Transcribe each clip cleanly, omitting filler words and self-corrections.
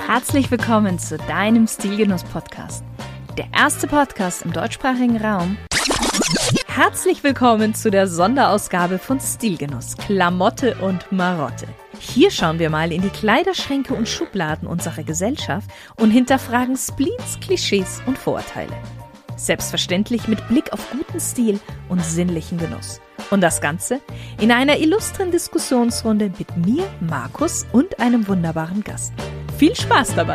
Herzlich willkommen zu deinem Stilgenuss-Podcast. Der erste Podcast im deutschsprachigen Raum. Herzlich willkommen zu der Sonderausgabe von Stilgenuss, Klamotte und Marotte. Hier schauen wir mal in die Kleiderschränke und Schubladen unserer Gesellschaft und hinterfragen Spleens, Klischees und Vorurteile. Selbstverständlich mit Blick auf guten Stil und sinnlichen Genuss. Und das Ganze in einer illustren Diskussionsrunde mit mir, Markus und einem wunderbaren Gast. Viel Spaß dabei!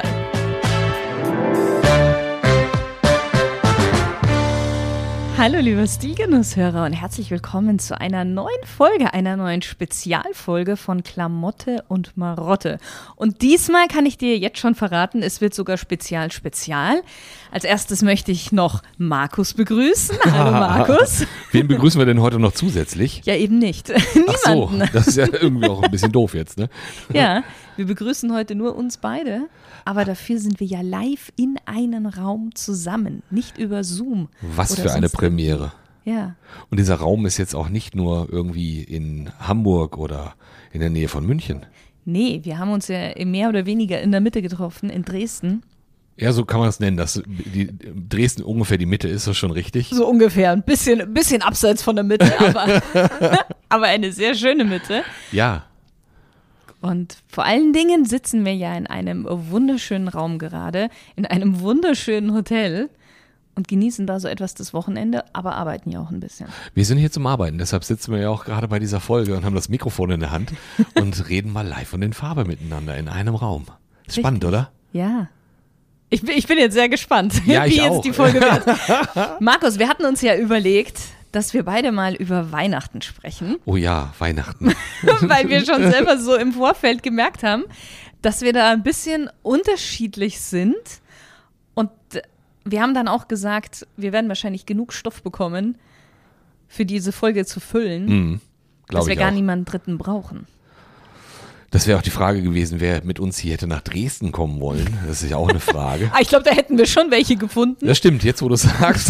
Hallo liebe Stilgenusshörer und herzlich willkommen zu einer neuen Folge, einer neuen Spezialfolge von Klamotte und Marotte. Und diesmal kann ich dir jetzt schon verraten, es wird sogar spezial. Als erstes möchte ich noch Markus begrüßen. Hallo Markus. Wen begrüßen wir denn heute noch zusätzlich? Ja, eben nicht. Niemanden. Ach so, das ist ja irgendwie auch ein bisschen doof jetzt, ne? Ja, wir begrüßen heute nur uns beide. Aber dafür sind wir ja live in einem Raum zusammen, nicht über Zoom. Was für eine Premiere. Ja. Und dieser Raum ist jetzt auch nicht nur irgendwie in Hamburg oder in der Nähe von München. Nee, wir haben uns ja mehr oder weniger in der Mitte getroffen, in Dresden. Ja, so kann man es nennen, dass Dresden ungefähr die Mitte ist, das schon richtig? So ungefähr, ein bisschen abseits von der Mitte, aber eine sehr schöne Mitte. Ja. Und vor allen Dingen sitzen wir ja in einem wunderschönen Raum gerade, in einem wunderschönen Hotel und genießen da so etwas das Wochenende, aber arbeiten ja auch ein bisschen. Wir sind hier zum Arbeiten, deshalb sitzen wir ja auch gerade bei dieser Folge und haben das Mikrofon in der Hand und reden mal live und in Farbe miteinander in einem Raum. Ist spannend, oder? Ja. Ich bin jetzt sehr gespannt, ja, wie jetzt auch. Die Folge wird. Markus, wir hatten uns ja überlegt, dass wir beide mal über Weihnachten sprechen. Oh ja, Weihnachten. Weil wir schon selber so im Vorfeld gemerkt haben, dass wir da ein bisschen unterschiedlich sind. Und wir haben dann auch gesagt, wir werden wahrscheinlich genug Stoff bekommen, für diese Folge zu füllen, dass wir gar niemanden Dritten brauchen. Das wäre auch die Frage gewesen, wer mit uns hier hätte nach Dresden kommen wollen. Das ist ja auch eine Frage. Ich glaube, da hätten wir schon welche gefunden. Das stimmt, jetzt wo du es sagst.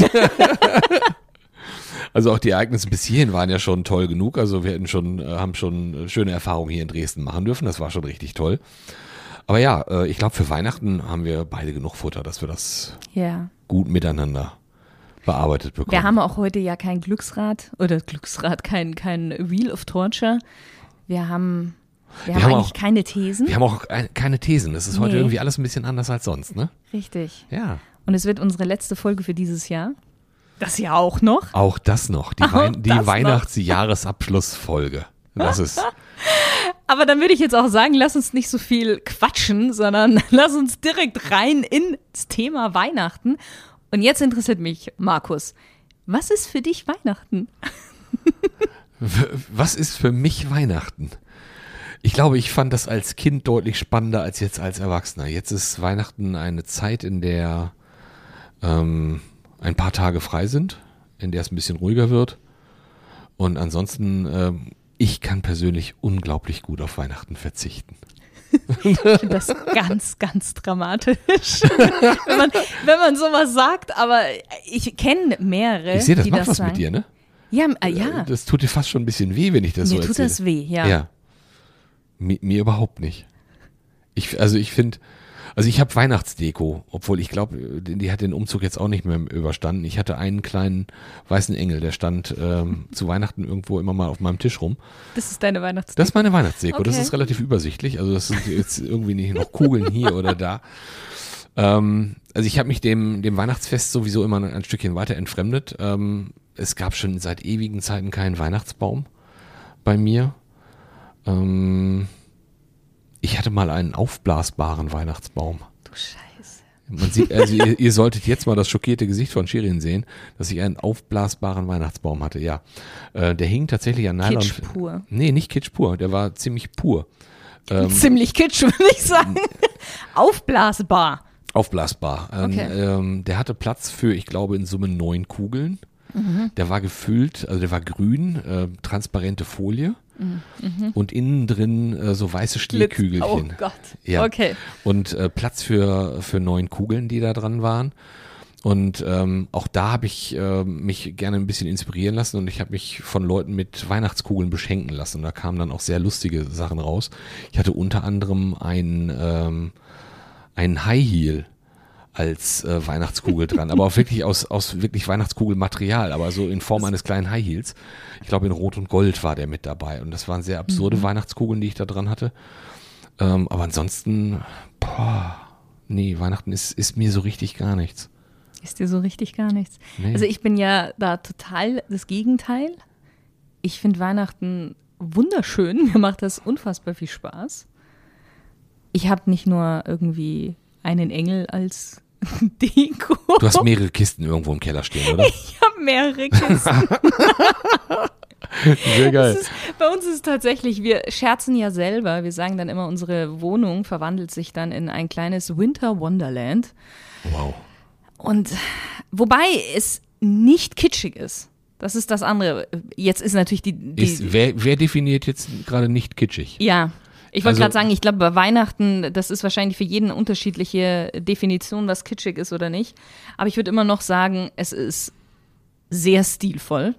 Also auch die Ereignisse bis hierhin waren ja schon toll genug. Also wir haben schon schöne Erfahrungen hier in Dresden machen dürfen. Das war schon richtig toll. Aber ja, ich glaube, für Weihnachten haben wir beide genug Futter, dass wir das gut miteinander bearbeitet bekommen. Wir haben auch heute ja kein kein Wheel of Torture. Wir haben eigentlich auch keine Thesen. Wir haben auch keine Thesen. Es ist heute irgendwie alles ein bisschen anders als sonst, ne? Richtig. Ja. Und es wird unsere letzte Folge für dieses Jahr. Das Jahr auch noch. Auch das noch. Die Weihnachtsjahresabschlussfolge. Das ist. Aber dann würde ich jetzt auch sagen, lass uns nicht so viel quatschen, sondern lass uns direkt rein ins Thema Weihnachten. Und jetzt interessiert mich, Markus, was ist für dich Weihnachten? Was ist für mich Weihnachten? Ich glaube, ich fand das als Kind deutlich spannender als jetzt als Erwachsener. Jetzt ist Weihnachten eine Zeit, in der ein paar Tage frei sind, in der es ein bisschen ruhiger wird. Und ansonsten, ich kann persönlich unglaublich gut auf Weihnachten verzichten. Ich finde das ganz, ganz dramatisch, wenn man sowas sagt, aber ich kenne mehrere, ich sehe, das die macht das was sagen. Mit dir, ne? Ja, ja. Das tut dir fast schon ein bisschen weh, wenn ich das so erzähle. Mir tut das weh, ja. Ja. Mir überhaupt nicht. Ich habe Weihnachtsdeko, obwohl ich glaube, die hat den Umzug jetzt auch nicht mehr überstanden. Ich hatte einen kleinen weißen Engel, der stand zu Weihnachten irgendwo immer mal auf meinem Tisch rum. Das ist deine Weihnachtsdeko? Das ist meine Weihnachtsdeko. Okay. Das ist relativ übersichtlich. Also das sind jetzt irgendwie nicht noch Kugeln hier oder da. Also ich habe mich dem Weihnachtsfest sowieso immer ein Stückchen weiter entfremdet. Es gab schon seit ewigen Zeiten keinen Weihnachtsbaum bei mir. Ich hatte mal einen aufblasbaren Weihnachtsbaum. Du Scheiße. Man sieht, also ihr solltet jetzt mal das schockierte Gesicht von Shirin sehen, dass ich einen aufblasbaren Weihnachtsbaum hatte, ja. Der hing tatsächlich an Nylon. Kitsch pur. Nee, nicht kitsch pur, der war ziemlich pur. Ziemlich kitsch, würde ich sagen. Aufblasbar. Aufblasbar. Okay. Der hatte Platz für, ich glaube, in Summe 9 Kugeln. Der war gefüllt, also der war grün, transparente Folie. Und innen drin so weiße Schneekügelchen. Oh Gott, ja. Okay. Und Platz für 9 Kugeln, die da dran waren. Und auch da habe ich mich gerne ein bisschen inspirieren lassen und ich habe mich von Leuten mit Weihnachtskugeln beschenken lassen. Und da kamen dann auch sehr lustige Sachen raus. Ich hatte unter anderem ein einen High Heel als Weihnachtskugel dran, aber auch wirklich aus wirklich Weihnachtskugelmaterial, aber so in Form eines kleinen High Heels. Ich glaube in Rot und Gold war der mit dabei und das waren sehr absurde Weihnachtskugeln, die ich da dran hatte. Aber ansonsten, nee, Weihnachten ist mir so richtig gar nichts. Ist dir so richtig gar nichts? Nee. Also ich bin ja da total das Gegenteil. Ich finde Weihnachten wunderschön, mir macht das unfassbar viel Spaß. Ich habe nicht nur irgendwie einen Engel als Deko. Du hast mehrere Kisten irgendwo im Keller stehen, oder? Ich habe mehrere Kisten. Sehr geil. Bei uns ist es tatsächlich, wir scherzen ja selber, wir sagen dann immer, unsere Wohnung verwandelt sich dann in ein kleines Winter Wonderland. Wow. Und wobei es nicht kitschig ist. Das ist das andere. Jetzt ist natürlich Wer definiert jetzt gerade nicht kitschig? Ja, ich wollte Also- gerade sagen, ich glaube bei Weihnachten, das ist wahrscheinlich für jeden eine unterschiedliche Definition, was kitschig ist oder nicht. Aber ich würde immer noch sagen, es ist sehr stilvoll.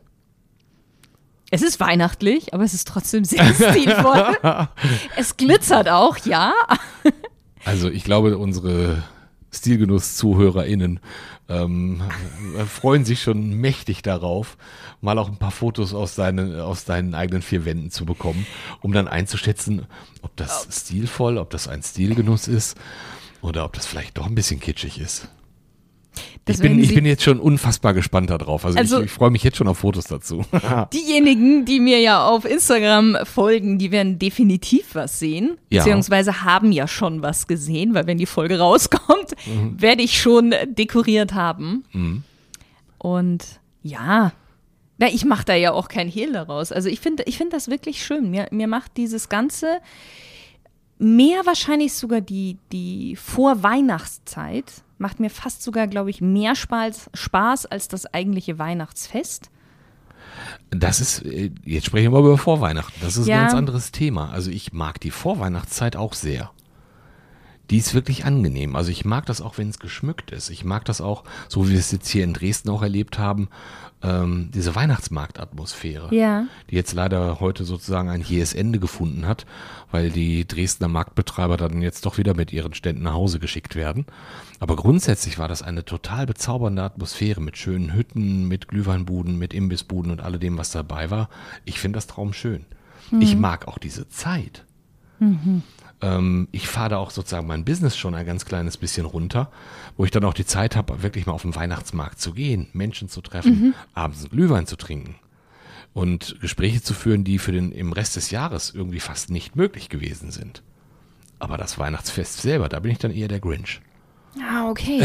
Es ist weihnachtlich, aber es ist trotzdem sehr stilvoll. Es glitzert auch, ja. Also ich glaube, unsere Stilgenuss-ZuhörerInnen freuen sich schon mächtig darauf, mal auch ein paar Fotos aus deinen eigenen vier Wänden zu bekommen, um dann einzuschätzen, ob das stilvoll, ob das ein Stilgenuss ist oder ob das vielleicht doch ein bisschen kitschig ist. Ich bin jetzt schon unfassbar gespannt darauf. Also ich freue mich jetzt schon auf Fotos dazu. Diejenigen, die mir ja auf Instagram folgen, die werden definitiv was sehen, Ja. beziehungsweise haben ja schon was gesehen, weil wenn die Folge rauskommt, werde ich schon dekoriert haben. Und ja, ich mache da ja auch kein Hehl daraus. Also ich finde das wirklich schön. Mir macht dieses Ganze mehr wahrscheinlich sogar die Vorweihnachtszeit, macht mir fast sogar, glaube ich, mehr Spaß als das eigentliche Weihnachtsfest. Das ist, jetzt sprechen wir mal über Vorweihnachten. Das ist Ja. ein ganz anderes Thema. Also ich mag die Vorweihnachtszeit auch sehr. Die ist wirklich angenehm. Also ich mag das auch, wenn es geschmückt ist. Ich mag das auch, so wie wir es jetzt hier in Dresden auch erlebt haben, diese Weihnachtsmarktatmosphäre, Ja. die jetzt leider heute sozusagen ein jähes Ende gefunden hat, weil die Dresdner Marktbetreiber dann jetzt doch wieder mit ihren Ständen nach Hause geschickt werden. Aber grundsätzlich war das eine total bezaubernde Atmosphäre mit schönen Hütten, mit Glühweinbuden, mit Imbissbuden und alledem, was dabei war. Ich finde das traumschön. Ich mag auch diese Zeit. Ich fahre da auch sozusagen mein Business schon ein ganz kleines bisschen runter, wo ich dann auch die Zeit habe, wirklich mal auf den Weihnachtsmarkt zu gehen, Menschen zu treffen, abends einen Glühwein zu trinken und Gespräche zu führen, die im Rest des Jahres irgendwie fast nicht möglich gewesen sind. Aber das Weihnachtsfest selber, da bin ich dann eher der Grinch. Ah, okay.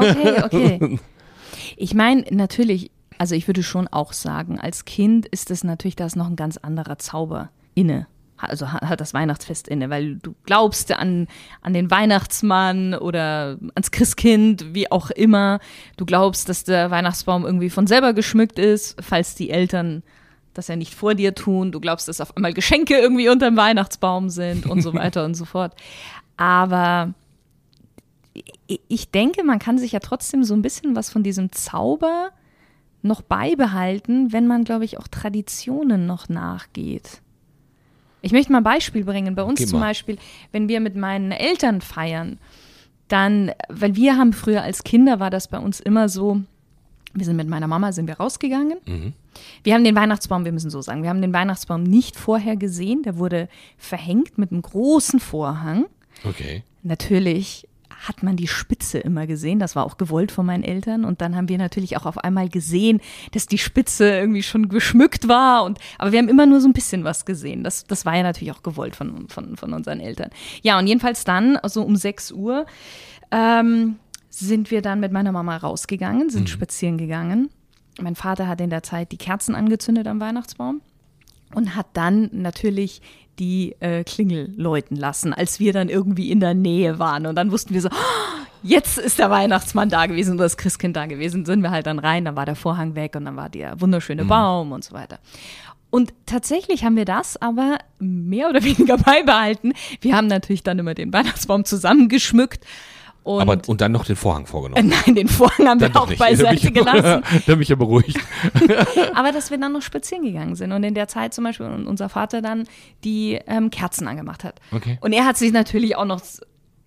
Ich meine, natürlich, also ich würde schon auch sagen, als Kind ist es natürlich, da ist noch ein ganz anderer Zauber inne. Also hat das Weihnachtsfest inne, weil du glaubst an den Weihnachtsmann oder ans Christkind, wie auch immer. Du glaubst, dass der Weihnachtsbaum irgendwie von selber geschmückt ist, falls die Eltern das ja nicht vor dir tun. Du glaubst, dass auf einmal Geschenke irgendwie unterm Weihnachtsbaum sind und so weiter und so fort. Aber ich denke, man kann sich ja trotzdem so ein bisschen was von diesem Zauber noch beibehalten, wenn man, glaube ich, auch Traditionen noch nachgeht. Ich möchte mal ein Beispiel bringen. Bei uns Geh zum mal. Beispiel, wenn wir mit meinen Eltern feiern, dann, weil wir haben früher als Kinder, war das bei uns immer so, wir sind mit meiner Mama, rausgegangen. Wir haben den Weihnachtsbaum, wir müssen so sagen, wir haben den Weihnachtsbaum nicht vorher gesehen. Der wurde verhängt mit einem großen Vorhang. Okay. Natürlich hat man die Spitze immer gesehen, das war auch gewollt von meinen Eltern und dann haben wir natürlich auch auf einmal gesehen, dass die Spitze irgendwie schon geschmückt war aber wir haben immer nur so ein bisschen was gesehen, das war ja natürlich auch gewollt von unseren Eltern. Ja, und jedenfalls dann, also um 6 Uhr, sind wir dann mit meiner Mama rausgegangen, sind spazieren gegangen. Mein Vater hat in der Zeit die Kerzen angezündet am Weihnachtsbaum und hat dann natürlich die Klingel läuten lassen, als wir dann irgendwie in der Nähe waren. Und dann wussten wir so, jetzt ist der Weihnachtsmann da gewesen oder das Christkind da gewesen. Sind wir halt dann rein, dann war der Vorhang weg und dann war der wunderschöne Baum und so weiter. Und tatsächlich haben wir das aber mehr oder weniger beibehalten. Wir haben natürlich dann immer den Weihnachtsbaum zusammengeschmückt. Und dann noch den Vorhang vorgenommen. Nein, den Vorhang haben Dann wir doch auch nicht. beiseite gelassen. Da bin ich ja beruhigt. Aber dass wir dann noch spazieren gegangen sind und in der Zeit zum Beispiel unser Vater dann die Kerzen angemacht hat. Okay. Und er hat sich natürlich auch noch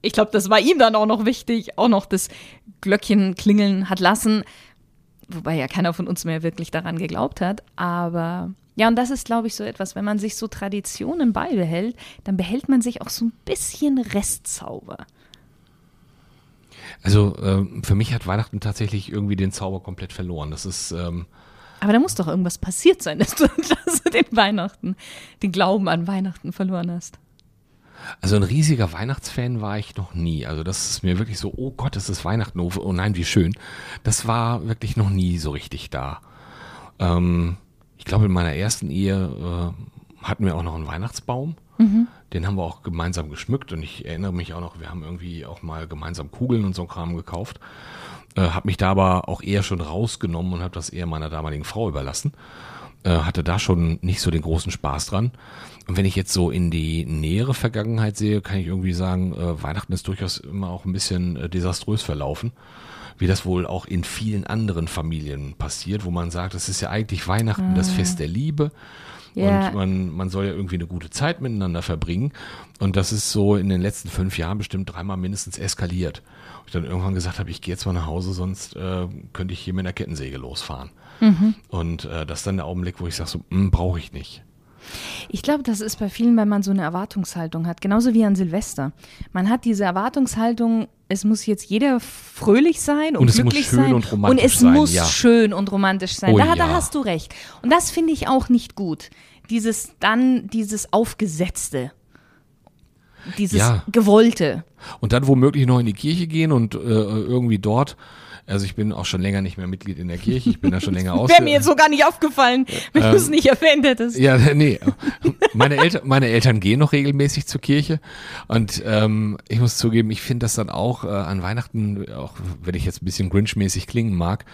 ich glaube, das war ihm dann auch noch wichtig, auch noch das Glöckchen klingeln hat lassen, wobei ja keiner von uns mehr wirklich daran geglaubt hat, aber ja, und das ist, glaube ich, so etwas, wenn man sich so Traditionen beibehält, dann behält man sich auch so ein bisschen Restzauber. Also für mich hat Weihnachten tatsächlich irgendwie den Zauber komplett verloren. Das ist aber da muss doch irgendwas passiert sein, dass du den Glauben an Weihnachten verloren hast. Also ein riesiger Weihnachtsfan war ich noch nie. Also das ist mir wirklich so, oh Gott, es ist Weihnachten, oh nein, wie schön. Das war wirklich noch nie so richtig da. Ich glaube, in meiner ersten Ehe hatten wir auch noch einen Weihnachtsbaum. Mhm. Den haben wir auch gemeinsam geschmückt und ich erinnere mich auch noch, wir haben irgendwie auch mal gemeinsam Kugeln und so Kram gekauft. Habe mich da aber auch eher schon rausgenommen und habe das eher meiner damaligen Frau überlassen. Hatte da schon nicht so den großen Spaß dran. Und wenn ich jetzt so in die nähere Vergangenheit sehe, kann ich irgendwie sagen, Weihnachten ist durchaus immer auch ein bisschen desaströs verlaufen. Wie das wohl auch in vielen anderen Familien passiert, wo man sagt, es ist ja eigentlich Weihnachten, das Fest der Liebe. Yeah. Und man soll ja irgendwie eine gute Zeit miteinander verbringen. Und das ist so in den letzten 5 Jahren bestimmt 3-mal mindestens eskaliert. Und ich dann irgendwann gesagt habe, ich gehe jetzt mal nach Hause, sonst könnte ich hier mit einer Kettensäge losfahren. Mhm. Und das ist dann der Augenblick, wo ich sage, so, brauche ich nicht. Ich glaube, das ist bei vielen, weil man so eine Erwartungshaltung hat, genauso wie an Silvester. Man hat diese Erwartungshaltung, es muss jetzt jeder fröhlich sein und glücklich sein. Und es muss schön und romantisch sein. Und es muss schön und romantisch sein. Da hast du recht. Und das finde ich auch nicht gut. Dieses Aufgesetzte. Dieses Gewollte. Und dann womöglich noch in die Kirche gehen und irgendwie dort. Also ich bin auch schon länger nicht mehr Mitglied in der Kirche, ich bin da schon länger aus. Wäre mir jetzt so gar nicht aufgefallen, wenn du es nicht erwähnt hättest. Ja, nee. Meine Eltern gehen noch regelmäßig zur Kirche und ich muss zugeben, ich finde das dann auch an Weihnachten, auch wenn ich jetzt ein bisschen Grinch-mäßig klingen mag,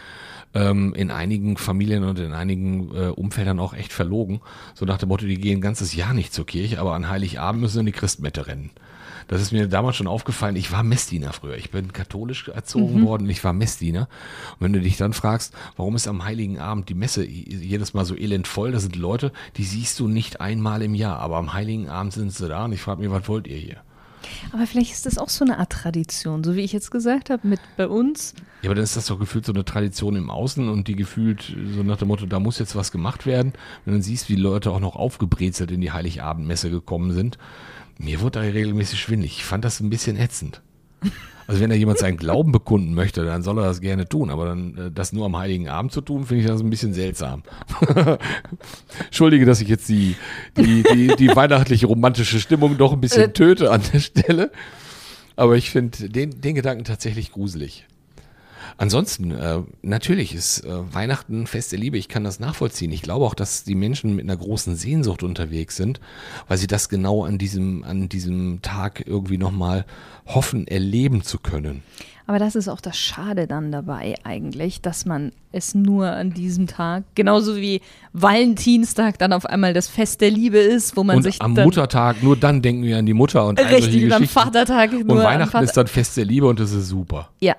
in einigen Familien und in einigen Umfeldern auch echt verlogen. So nach dem Motto, die gehen ein ganzes Jahr nicht zur Kirche, aber an Heiligabend müssen sie in die Christmette rennen. Das ist mir damals schon aufgefallen. Ich war Messdiener früher. Ich bin katholisch erzogen worden und ich war Messdiener. Und wenn du dich dann fragst, warum ist am Heiligen Abend die Messe jedes Mal so elend voll? Das sind Leute, die siehst du nicht einmal im Jahr. Aber am Heiligen Abend sind sie da und ich frage mich, was wollt ihr hier? Aber vielleicht ist das auch so eine Art Tradition, so wie ich jetzt gesagt habe, mit bei uns. Ja, aber dann ist das doch gefühlt so eine Tradition im Außen und die gefühlt so nach dem Motto, da muss jetzt was gemacht werden. Wenn du dann siehst, wie die Leute auch noch aufgebrezelt in die Heiligabendmesse gekommen sind. Mir wurde da regelmäßig schwindelig. Ich fand das ein bisschen ätzend. Also wenn da jemand seinen Glauben bekunden möchte, dann soll er das gerne tun. Aber dann das nur am Heiligen Abend zu tun, finde ich das ein bisschen seltsam. Entschuldige, dass ich jetzt die weihnachtliche romantische Stimmung doch ein bisschen töte an der Stelle. Aber ich finde den Gedanken tatsächlich gruselig. Ansonsten, natürlich ist Weihnachten Fest der Liebe, ich kann das nachvollziehen. Ich glaube auch, dass die Menschen mit einer großen Sehnsucht unterwegs sind, weil sie das genau an diesem Tag irgendwie nochmal hoffen, erleben zu können. Aber das ist auch das Schade dann dabei eigentlich, dass man es nur an diesem Tag, genauso wie Valentinstag dann auf einmal das Fest der Liebe ist, wo man und sich am dann Muttertag, nur dann denken wir an die Mutter und all solche Geschichten. Am Vatertag nur und Weihnachten ist dann Fest der Liebe und das ist super. Ja.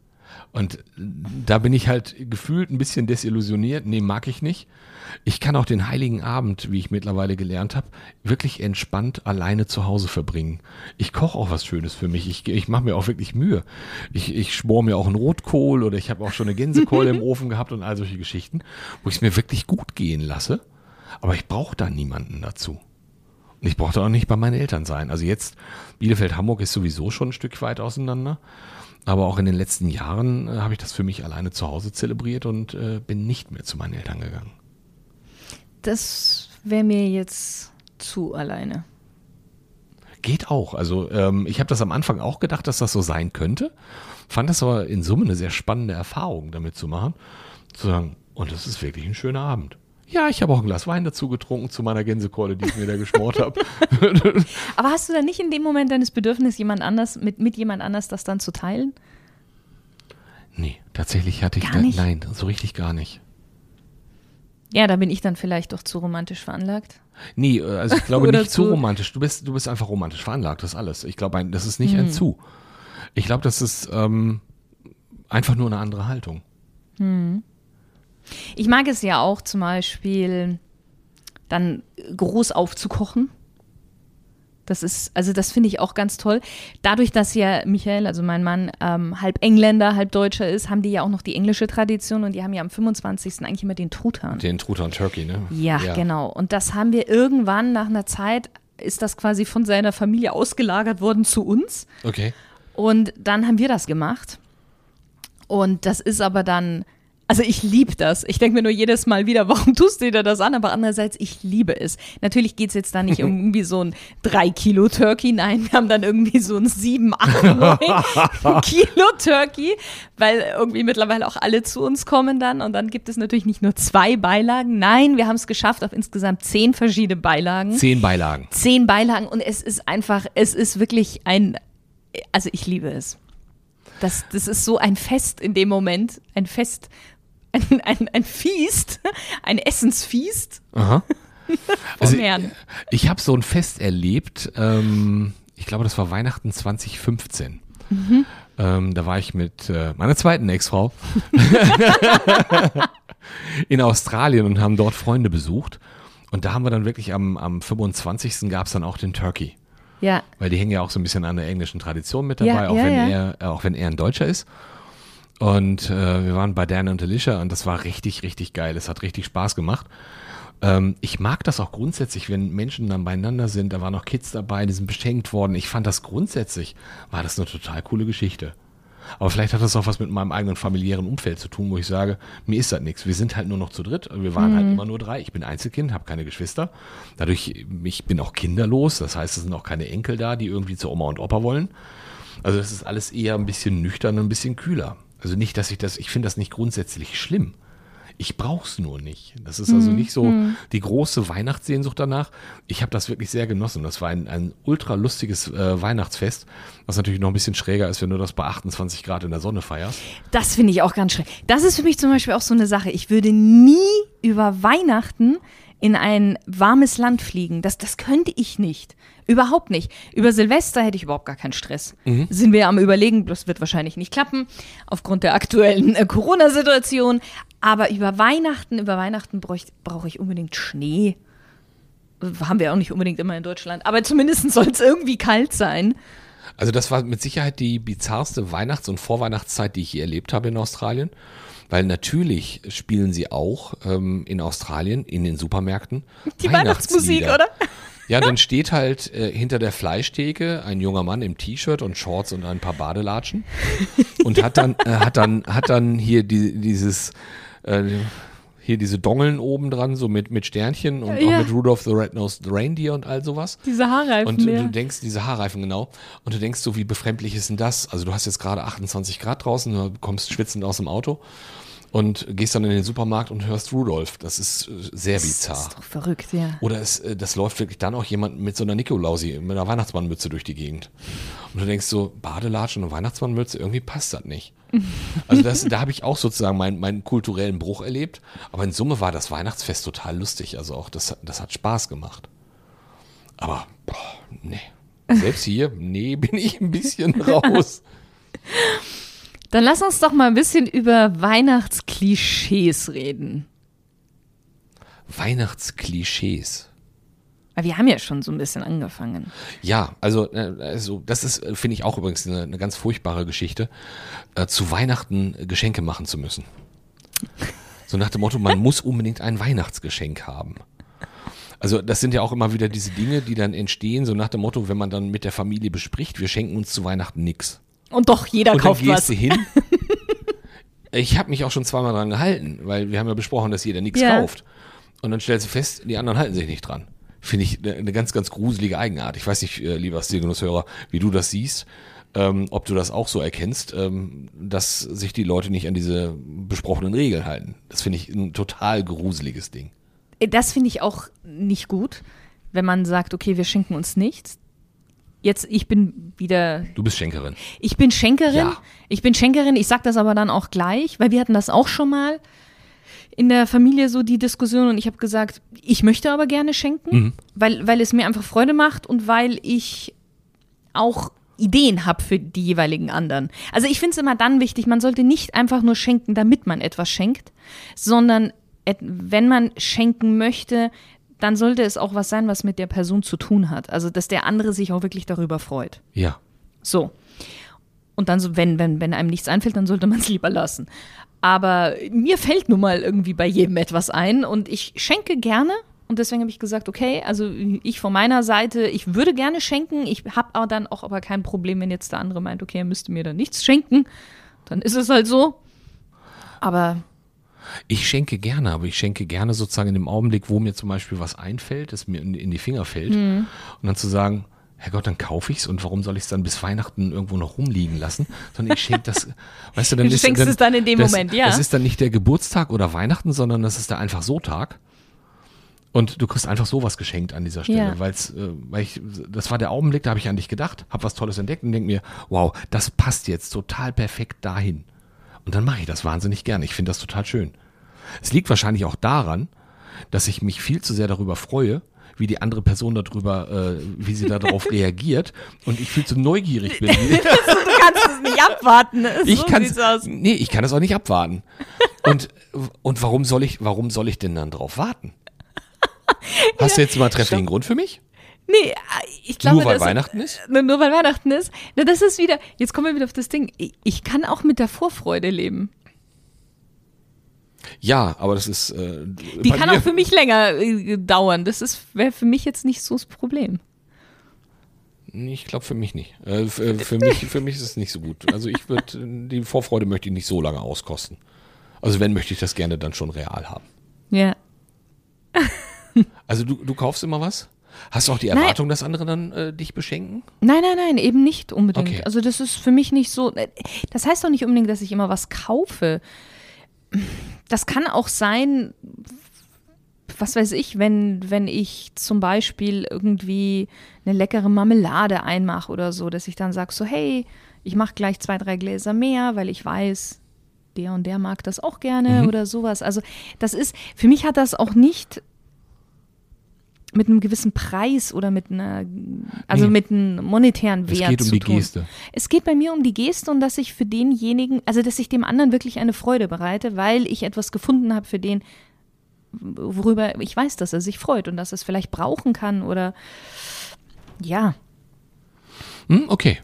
Und da bin ich halt gefühlt ein bisschen desillusioniert. Nee, mag ich nicht. Ich kann auch den Heiligen Abend, wie ich mittlerweile gelernt habe, wirklich entspannt alleine zu Hause verbringen. Ich koche auch was Schönes für mich. Ich mache mir auch wirklich Mühe. Ich schmore mir auch einen Rotkohl oder ich habe auch schon eine Gänsekeule im Ofen gehabt und all solche Geschichten, wo ich es mir wirklich gut gehen lasse. Aber ich brauche da niemanden dazu. Und ich brauche da auch nicht bei meinen Eltern sein. Also jetzt, Bielefeld-Hamburg ist sowieso schon ein Stück weit auseinander. Aber auch in den letzten Jahren habe ich das für mich alleine zu Hause zelebriert und bin nicht mehr zu meinen Eltern gegangen. Das wäre mir jetzt zu alleine. Geht auch. Also ich habe das am Anfang auch gedacht, dass das so sein könnte. Fand das aber in Summe eine sehr spannende Erfahrung, damit zu machen. Zu sagen, und das ist wirklich ein schöner Abend. Ja, ich habe auch ein Glas Wein dazu getrunken zu meiner Gänsekeule, die ich mir da geschmort habe. Aber hast du dann nicht in dem Moment deines Bedürfnisses, mit jemand anders das dann zu teilen? Nee, tatsächlich hatte ich nein, so richtig gar nicht. Ja, da bin ich dann vielleicht doch zu romantisch veranlagt. Nee, also ich glaube nicht zu romantisch. Du bist einfach romantisch veranlagt, das ist alles. Ich glaube, das ist nicht ein Zu. Ich glaube, das ist einfach nur eine andere Haltung. Ich mag es ja auch zum Beispiel, dann groß aufzukochen. Das finde ich auch ganz toll. Dadurch, dass ja Michael, also mein Mann, halb Engländer, halb Deutscher ist, haben die ja auch noch die englische Tradition und die haben ja am 25. eigentlich immer den Truthahn. Den Truthahn Turkey, ne? Ja, genau. Und das haben wir irgendwann nach einer Zeit, ist das quasi von seiner Familie ausgelagert worden zu uns. Okay. Und dann haben wir das gemacht. Und das ist aber dann, also ich liebe das. Ich denke mir nur jedes Mal wieder, warum tust du dir das an? Aber andererseits, ich liebe es. Natürlich geht es jetzt da nicht um irgendwie so ein 3 Kilo Turkey. Nein, wir haben dann irgendwie so ein 7, 8, 9 Kilo Turkey, weil irgendwie mittlerweile auch alle zu uns kommen dann. Und dann gibt es natürlich nicht nur 2 Beilagen. Nein, wir haben es geschafft auf insgesamt 10 verschiedene Beilagen. 10 Beilagen. 10 Beilagen. Und es ist wirklich also ich liebe es. Das ist so ein Fest in dem Moment. Ein Fest. Ein Feast, ein Essensfeast. Aha. Vom Herrn. Ich habe so ein Fest erlebt, ich glaube, das war Weihnachten 2015. Da war ich mit meiner zweiten Ex-Frau in Australien und haben dort Freunde besucht. Und da haben wir dann wirklich am 25. gab es dann auch den Turkey. Ja. Weil die hängen ja auch so ein bisschen an der englischen Tradition mit dabei, auch wenn er ein Deutscher ist. Und wir waren bei Dan und Alicia und das war richtig, richtig geil. Es hat richtig Spaß gemacht. Ich mag das auch grundsätzlich, wenn Menschen dann beieinander sind. Da waren noch Kids dabei, die sind beschenkt worden. Ich fand das grundsätzlich, war das eine total coole Geschichte. Aber vielleicht hat das auch was mit meinem eigenen familiären Umfeld zu tun, wo ich sage, mir ist das nichts. Wir sind halt nur noch zu dritt. Wir waren halt immer nur 3. Ich bin Einzelkind, habe keine Geschwister. Dadurch, ich bin auch kinderlos. Das heißt, es sind auch keine Enkel da, die irgendwie zu Oma und Opa wollen. Also das ist alles eher ein bisschen nüchtern und ein bisschen kühler. Also nicht, dass ich finde das nicht grundsätzlich schlimm. Ich brauch's nur nicht. Das ist also nicht so die große Weihnachtssehnsucht danach. Ich habe das wirklich sehr genossen. Das war ein ultra lustiges Weihnachtsfest, was natürlich noch ein bisschen schräger ist, wenn du das bei 28 Grad in der Sonne feierst. Das finde ich auch ganz schräg. Das ist für mich zum Beispiel auch so eine Sache. Ich würde nie über Weihnachten in ein warmes Land fliegen. Das könnte ich nicht. Überhaupt nicht. Über Silvester hätte ich überhaupt gar keinen Stress. Sind wir am Überlegen, das wird wahrscheinlich nicht klappen, aufgrund der aktuellen Corona-Situation. Aber über Weihnachten brauche ich unbedingt Schnee. Haben wir auch nicht unbedingt immer in Deutschland. Aber zumindest soll es irgendwie kalt sein. Also das war mit Sicherheit die bizarrste Weihnachts- und Vorweihnachtszeit, die ich je erlebt habe in Australien. Weil natürlich spielen sie auch in Australien in den Supermärkten die Weihnachtsmusik, oder? Ja, dann steht halt hinter der Fleischtheke ein junger Mann im T-Shirt und Shorts und ein paar Badelatschen und hat dann hier diese Dongeln oben dran, so mit Sternchen und auch mit Rudolph the Red-Nosed Reindeer und all sowas. Diese Haarreifen. Und du denkst, diese Haarreifen, genau. Und du denkst so, wie befremdlich ist denn das? Also du hast jetzt gerade 28 Grad draußen, du kommst schwitzend aus dem Auto und gehst dann in den Supermarkt und hörst Rudolph. Das ist sehr bizarr. Das ist doch verrückt, ja. Oder das läuft wirklich dann auch jemand mit so einer Nikolausi, mit einer Weihnachtsmannmütze durch die Gegend. Und du denkst so, Badelatschen und Weihnachtsmannmütze, irgendwie passt das nicht. Also da habe ich auch sozusagen meinen kulturellen Bruch erlebt. Aber in Summe war das Weihnachtsfest total lustig. Also auch das hat Spaß gemacht. Aber, nee. Selbst hier, bin ich ein bisschen raus. Dann lass uns doch mal ein bisschen über Weihnachtsklischees reden. Weihnachtsklischees? Wir haben ja schon so ein bisschen angefangen. Ja, also das ist, finde ich auch übrigens eine ganz furchtbare Geschichte, zu Weihnachten Geschenke machen zu müssen. So nach dem Motto, man muss unbedingt ein Weihnachtsgeschenk haben. Also das sind ja auch immer wieder diese Dinge, die dann entstehen, so nach dem Motto, wenn man dann mit der Familie bespricht, wir schenken uns zu Weihnachten nichts. Und doch, jeder kauft was. Und dann gehst du hin. Ich habe mich auch schon zweimal dran gehalten, weil wir haben ja besprochen, dass jeder nichts kauft. Und dann stellst du fest, die anderen halten sich nicht dran. Finde ich eine ganz, ganz gruselige Eigenart. Ich weiß nicht, lieber Stilgenusshörer, wie du das siehst, ob du das auch so erkennst, dass sich die Leute nicht an diese besprochenen Regeln halten. Das finde ich ein total gruseliges Ding. Das finde ich auch nicht gut, wenn man sagt, okay, wir schenken uns nichts. Jetzt, ich bin wieder... Du bist Schenkerin. Ich bin Schenkerin. Ja. Ich sag das aber dann auch gleich, weil wir hatten das auch schon mal in der Familie so die Diskussion und ich habe gesagt, ich möchte aber gerne schenken, weil es mir einfach Freude macht und weil ich auch Ideen habe für die jeweiligen anderen. Also ich finde es immer dann wichtig, man sollte nicht einfach nur schenken, damit man etwas schenkt, sondern wenn man schenken möchte, dann sollte es auch was sein, was mit der Person zu tun hat. Also, dass der andere sich auch wirklich darüber freut. Ja. So. Und dann so, wenn einem nichts einfällt, dann sollte man es lieber lassen. Aber mir fällt nun mal irgendwie bei jedem etwas ein und ich schenke gerne. Und deswegen habe ich gesagt, okay, also ich von meiner Seite, ich würde gerne schenken. Ich habe aber dann auch aber kein Problem, wenn jetzt der andere meint, okay, er müsste mir dann nichts schenken. Dann ist es halt so. Aber ich schenke gerne, aber ich schenke gerne sozusagen in dem Augenblick, wo mir zum Beispiel was einfällt, das mir in die Finger fällt. Und dann zu sagen, Herrgott, dann kaufe ich es und warum soll ich es dann bis Weihnachten irgendwo noch rumliegen lassen? Sondern ich schenke das, weißt du, dann du schenkst es dann in dem Moment, ja. Das ist dann nicht der Geburtstag oder Weihnachten, sondern das ist der einfach so Tag. Und du kriegst einfach sowas geschenkt an dieser Stelle, weil das war der Augenblick, da habe ich an dich gedacht, habe was Tolles entdeckt und denke mir, wow, das passt jetzt total perfekt dahin. Und dann mache ich das wahnsinnig gerne. Ich finde das total schön. Es liegt wahrscheinlich auch daran, dass ich mich viel zu sehr darüber freue, wie die andere Person darüber, wie sie darauf reagiert und ich viel zu neugierig bin. Du kannst es nicht abwarten. Ich kann es auch nicht abwarten. Und warum soll ich denn dann drauf warten? Hast du jetzt mal einen trefflichen Grund für mich? Nee, ich glaube, nur weil Weihnachten ist? Nur weil Weihnachten ist. Na, das ist wieder, jetzt kommen wir wieder auf das Ding. Ich kann auch mit der Vorfreude leben. Ja, aber das ist die kann auch für mich länger dauern. Das wäre für mich jetzt nicht so das Problem. Ich glaube für mich nicht. Für mich ist es nicht so gut. Also die Vorfreude möchte ich nicht so lange auskosten. Also wenn, möchte ich das gerne dann schon real haben. Ja. Also du kaufst immer was? Hast du auch die Erwartung, dass andere dann dich beschenken? Nein, eben nicht unbedingt. Okay. Also das ist für mich nicht so, das heißt doch nicht unbedingt, dass ich immer was kaufe. Das kann auch sein, was weiß ich, wenn ich zum Beispiel irgendwie eine leckere Marmelade einmache oder so, dass ich dann sage so, hey, ich mache gleich 2, 3 Gläser mehr, weil ich weiß, der und der mag das auch gerne oder sowas. Also das ist, für mich hat das auch nicht mit einem gewissen Preis oder mit einem monetären Wert zu tun. Es geht um die Geste. Es geht bei mir um die Geste und dass ich für denjenigen, also dass ich dem anderen wirklich eine Freude bereite, weil ich etwas gefunden habe für den, worüber ich weiß, dass er sich freut und dass er es vielleicht brauchen kann oder ja. Okay.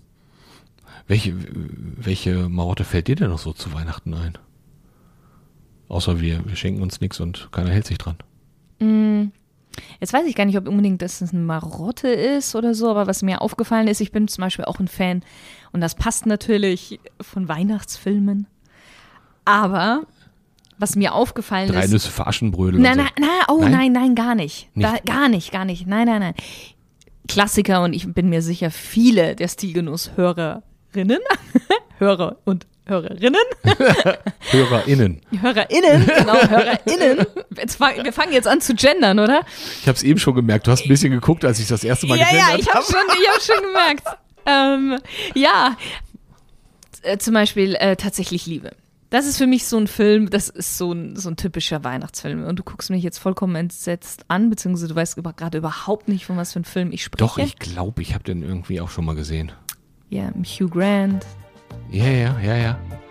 Welche Marotte fällt dir denn noch so zu Weihnachten ein? Außer wir schenken uns nichts und keiner hält sich dran. Jetzt weiß ich gar nicht, ob unbedingt das eine Marotte ist oder so, aber was mir aufgefallen ist, ich bin zum Beispiel auch ein Fan und das passt natürlich von Weihnachtsfilmen, aber was mir aufgefallen ist… 3 Nüsse für Aschenbrödel Nein, gar nicht. Gar nicht. Nein. Klassiker und ich bin mir sicher, viele der Stilgenuss-HörerInnen, Hörer und Hörerinnen. HörerInnen, genau, HörerInnen. Wir fangen jetzt an zu gendern, oder? Ich habe es eben schon gemerkt. Du hast ein bisschen geguckt, als ich das erste Mal gegendert habe. Ja, ich habe schon gemerkt. Zum Beispiel Tatsächlich Liebe. Das ist für mich so ein Film, das ist so ein typischer Weihnachtsfilm. Und du guckst mich jetzt vollkommen entsetzt an, beziehungsweise du weißt gerade überhaupt nicht, von was für einem Film ich spreche. Doch, ich glaube, ich habe den irgendwie auch schon mal gesehen. Ja, Hugh Grant. Ja.